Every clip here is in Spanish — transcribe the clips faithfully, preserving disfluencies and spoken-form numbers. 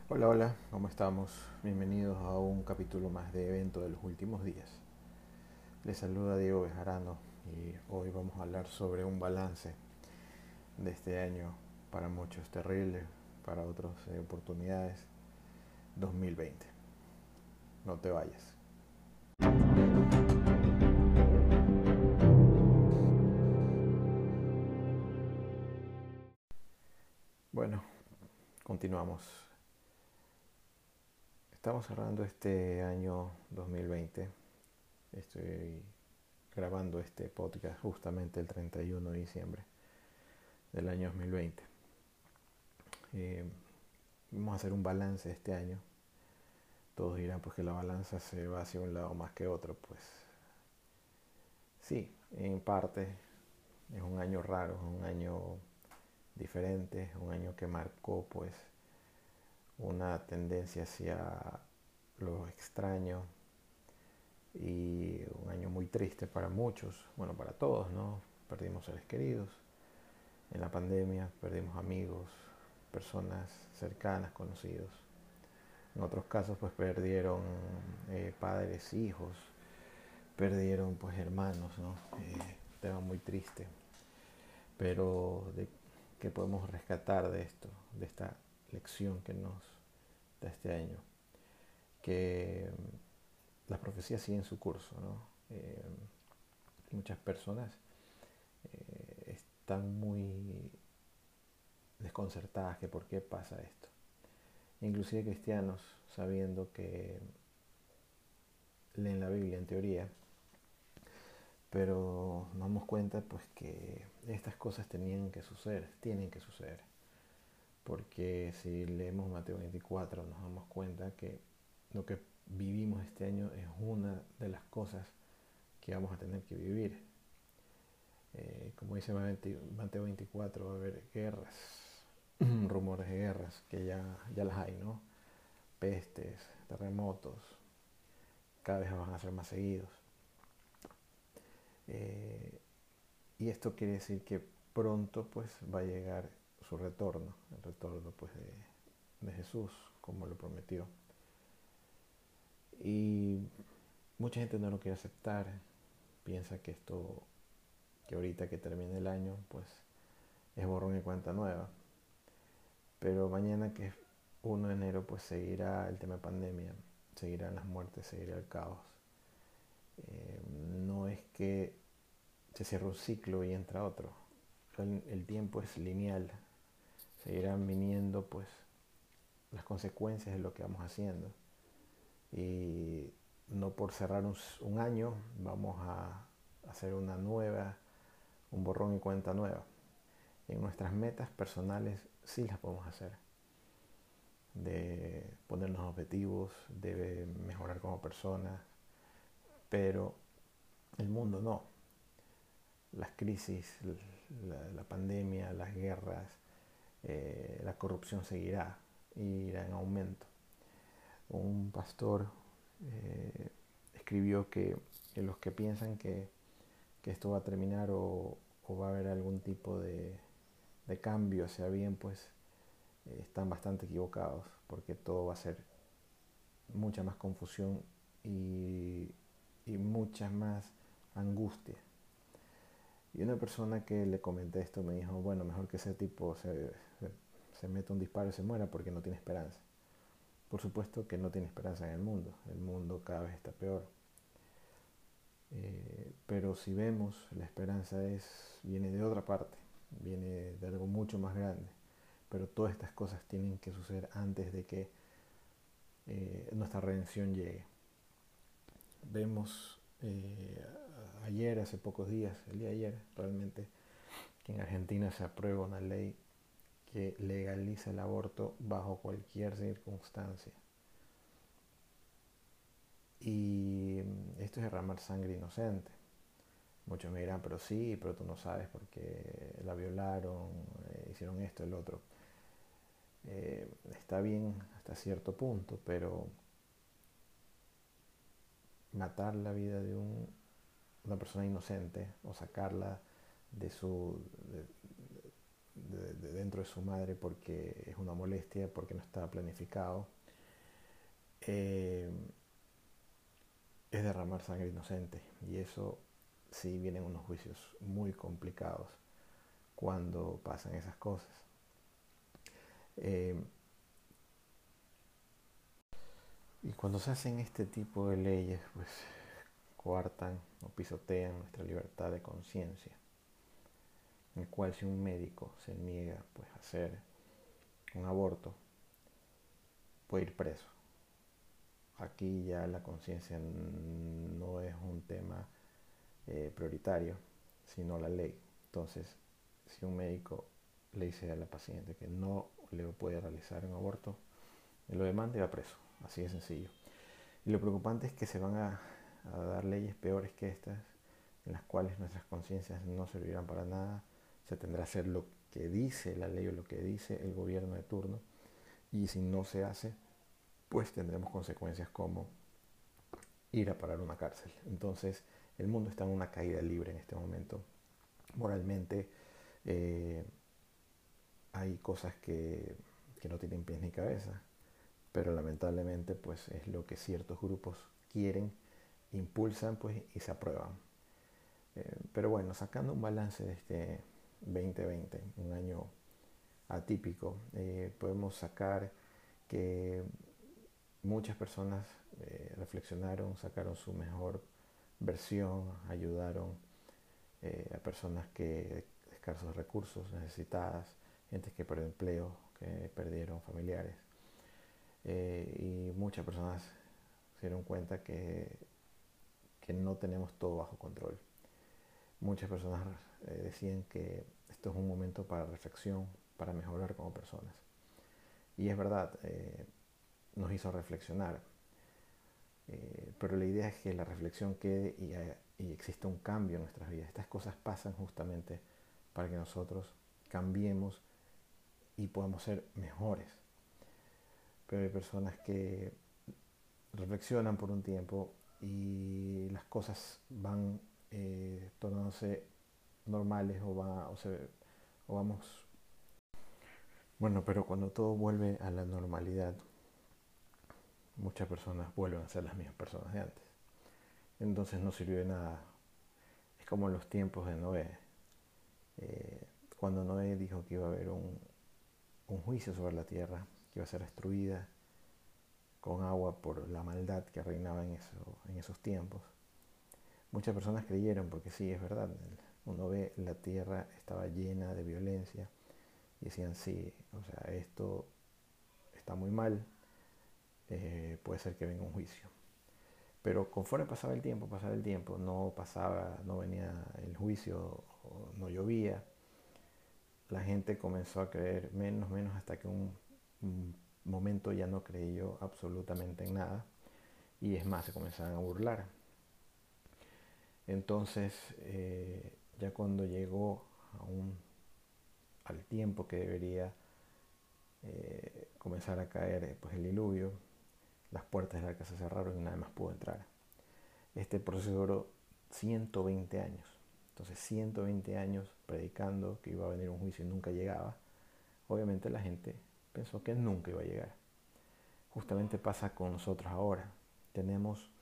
Hola, hola, ¿cómo estamos? Bienvenidos a un capítulo más de Evento de los Últimos Días. Les saluda Diego Bejarano y hoy vamos a hablar sobre un balance de este año, para muchos terrible, para otros eh, oportunidades, dos mil veinte. No te vayas. Bueno, continuamos. Estamos cerrando este año dos mil veinte. Estoy grabando este podcast justamente el treinta y uno de diciembre del año dos mil veinte. Eh, vamos a hacer un balance de este año. Todos dirán pues que la balanza se va hacia un lado más que otro. Pues sí, en parte es un año raro, es un año diferente, un año que marcó pues una tendencia hacia lo extraño y un año muy triste para muchos, bueno, para todos, ¿no? Perdimos seres queridos en la pandemia, perdimos amigos, personas cercanas, conocidos. En otros casos pues perdieron eh, padres, hijos, perdieron pues hermanos, ¿no? Eh, tema muy triste. Pero de qué podemos rescatar de esto, de esta lección que nos da este año, que las profecías siguen su curso, ¿no? Eh, muchas personas eh, están muy desconcertadas que por qué pasa esto. Inclusive cristianos, sabiendo que leen la Biblia en teoría, pero nos damos cuenta pues que estas cosas tenían que suceder, tienen que suceder. Porque si leemos Mateo veinticuatro nos damos cuenta que lo que vivimos este año es una de las cosas que vamos a tener que vivir. Eh, como dice Mateo veinticuatro, va a haber guerras, rumores de guerras, que ya, ya las hay, ¿no? Pestes, terremotos, cada vez van a ser más seguidos. Eh, y esto quiere decir que pronto pues va a llegar su retorno, el retorno pues de, de Jesús, como lo prometió. Y mucha gente no lo quiere aceptar, piensa que esto, que ahorita que termine el año, pues es borrón y cuenta nueva. Pero mañana que es uno de enero, pues seguirá el tema de pandemia, seguirán las muertes, seguirá el caos. Eh, no es que se cierra un ciclo y entra otro. El, el tiempo es lineal. Seguirán viniendo pues las consecuencias de lo que vamos haciendo. Y no por cerrar un, un año vamos a hacer una nueva, un borrón y cuenta nueva. En nuestras metas personales sí las podemos hacer, de ponernos objetivos, de mejorar como personas, pero el mundo no. Las crisis, la, la pandemia, las guerras, eh, la corrupción seguirá y irá en aumento. Un pastor eh, escribió que, que los que piensan que, que esto va a terminar o, o va a haber algún tipo de, de cambio hacia bien, pues eh, están bastante equivocados, porque todo va a ser mucha más confusión y, y mucha más angustia. Y una persona que le comenté esto me dijo, bueno, mejor que ese tipo se, se, se meta un disparo y se muera porque no tiene esperanza. Por supuesto que no tiene esperanza en el mundo, el mundo cada vez está peor. Eh, pero si vemos, la esperanza es, viene de otra parte, viene de algo mucho más grande. Pero todas estas cosas tienen que suceder antes de que eh, nuestra redención llegue. Vemos eh, ayer, hace pocos días, el día de ayer realmente, que en Argentina se aprueba una ley que legaliza el aborto bajo cualquier circunstancia. Y esto es derramar sangre inocente. Muchos me dirán, pero sí, pero tú no sabes porque la violaron, eh, hicieron esto, el otro. Eh, está bien hasta cierto punto, pero matar la vida de un, una persona inocente o sacarla de su, de, de, de dentro de su madre porque es una molestia, porque no está planificado, eh, es derramar sangre inocente. Y eso sí vienen unos juicios muy complicados cuando pasan esas cosas. Eh, y cuando se hacen este tipo de leyes, pues coartan o pisotean nuestra libertad de conciencia, en el cual si un médico se niega pues, a hacer un aborto, puede ir preso. Aquí ya la conciencia no es un tema eh, prioritario, sino la ley. Entonces, si un médico le dice a la paciente que no le puede realizar un aborto, lo demanda y va preso. Así de sencillo. Y lo preocupante es que se van a, a dar leyes peores que estas, en las cuales nuestras conciencias no servirán para nada. Se tendrá que hacer lo que dice la ley o lo que dice el gobierno de turno. Y si no se hace, pues tendremos consecuencias como ir a parar una cárcel. Entonces, el mundo está en una caída libre en este momento. Moralmente, eh, hay cosas que, que no tienen pies ni cabeza, pero lamentablemente pues es lo que ciertos grupos quieren, impulsan pues y se aprueban. Eh, pero bueno, sacando un balance de este veinte veinte, un año atípico, eh, podemos sacar que muchas personas eh, reflexionaron, sacaron su mejor versión, ayudaron eh, a personas que de escasos recursos, necesitadas, gente que perdió empleo, que perdieron familiares. Eh, y muchas personas se dieron cuenta que, que no tenemos todo bajo control. Muchas personas eh, decían que esto es un momento para reflexión, para mejorar como personas. Y es verdad, eh, nos hizo reflexionar. Eh, pero la idea es que la reflexión quede y, haya, y exista un cambio en nuestras vidas. Estas cosas pasan justamente para que nosotros cambiemos y podamos ser mejores. Pero hay personas que reflexionan por un tiempo y las cosas van eh, tornándose normales o, va, o, se, o vamos... Bueno, pero cuando todo vuelve a la normalidad, muchas personas vuelven a ser las mismas personas de antes. Entonces no sirvió de nada. Es como en los tiempos de Noé. Eh, cuando Noé dijo que iba a haber un, un juicio sobre la tierra, que iba a ser destruida con agua por la maldad que reinaba en, eso, en esos tiempos. Muchas personas creyeron, porque sí, es verdad, uno ve la tierra estaba llena de violencia y decían, sí, o sea, esto está muy mal, eh, puede ser que venga un juicio. Pero conforme pasaba el tiempo, pasaba el tiempo, no pasaba, no venía el juicio, no llovía, la gente comenzó a creer menos, menos, hasta que un, un momento ya no creyó absolutamente en nada, y es más, se comenzaban a burlar. Entonces, eh, ya cuando llegó a un, al tiempo que debería eh, comenzar a caer pues, el diluvio, las puertas de la casa se cerraron y nadie más pudo entrar. Este proceso duró ciento veinte años. Entonces, ciento veinte años predicando que iba a venir un juicio y nunca llegaba. Obviamente la gente pensó que nunca iba a llegar. Justamente pasa con nosotros ahora. Tenemos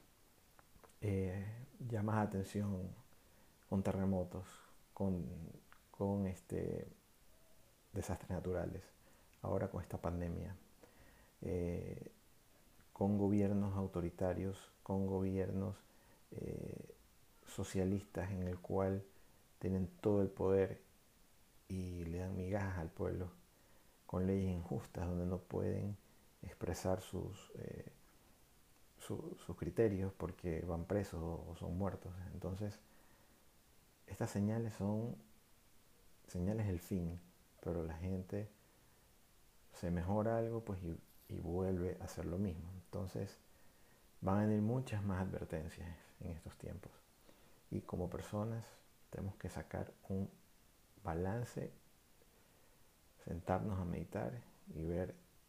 eh, llamadas de atención con terremotos, con, con este, desastres naturales, ahora con esta pandemia, eh, con gobiernos autoritarios, con gobiernos eh, socialistas en el cual tienen todo el poder y le dan migajas al pueblo, con leyes injustas donde no pueden expresar sus, eh, su, sus criterios porque van presos o son muertos. Entonces, estas señales son señales del fin, pero la gente se mejora algo pues y, y vuelve a hacer lo mismo. Entonces, van a venir muchas más advertencias en estos tiempos. Y como personas tenemos que sacar un balance, sentarnos a meditar y ver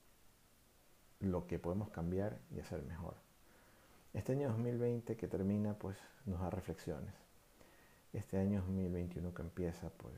lo que podemos cambiar y hacer mejor. Este año dos mil veinte que termina pues nos da reflexiones. Este año dos mil veintiuno que empieza pues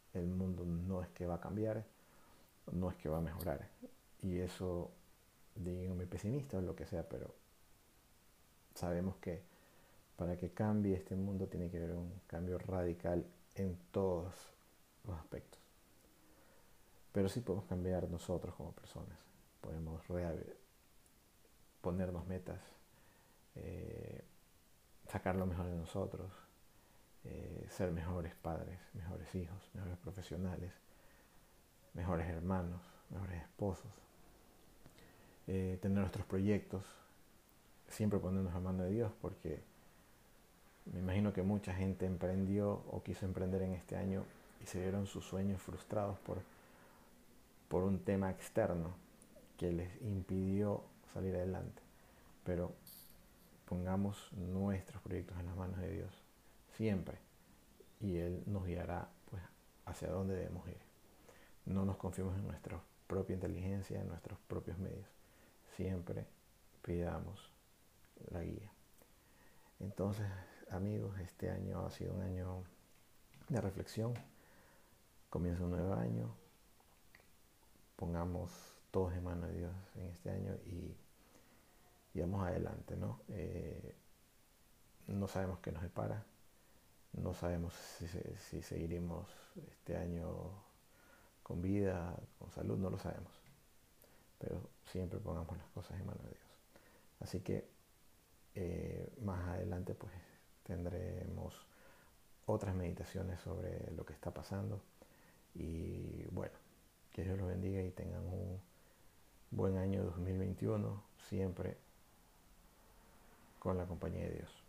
el mundo no es que va a cambiar, no es que va a mejorar. Y eso, díganme pesimista o lo que sea, pero sabemos que para que cambie este mundo tiene que haber un cambio radical en todos los aspectos. Pero sí podemos cambiar nosotros como personas. Podemos ponernos metas, eh, sacar lo mejor de nosotros, eh, ser mejores padres, mejores hijos, mejores profesionales, mejores hermanos, mejores esposos, eh, tener nuestros proyectos, siempre ponernos a mano de Dios, porque me imagino que mucha gente emprendió o quiso emprender en este año y se vieron sus sueños frustrados por, por un tema externo que les impidió salir adelante. Pero pongamos nuestros proyectos en las manos de Dios, siempre, y Él nos guiará pues hacia dónde debemos ir. No nos confiemos en nuestra propia inteligencia, en nuestros propios medios. Siempre pidamos la guía. Entonces, amigos, este año ha sido un año de reflexión. Comienza un nuevo año. Pongamos todos en manos de Dios en este año y, y vamos adelante, ¿no? Eh, no sabemos qué nos depara. No sabemos si, si seguiremos este año con vida, con salud, no lo sabemos. Pero siempre pongamos las cosas en manos de Dios. Así que eh, más adelante pues tendremos otras meditaciones sobre lo que está pasando. Y bueno, que Dios los bendiga y tengan un buen año dos mil veintiuno, siempre con la compañía de Dios.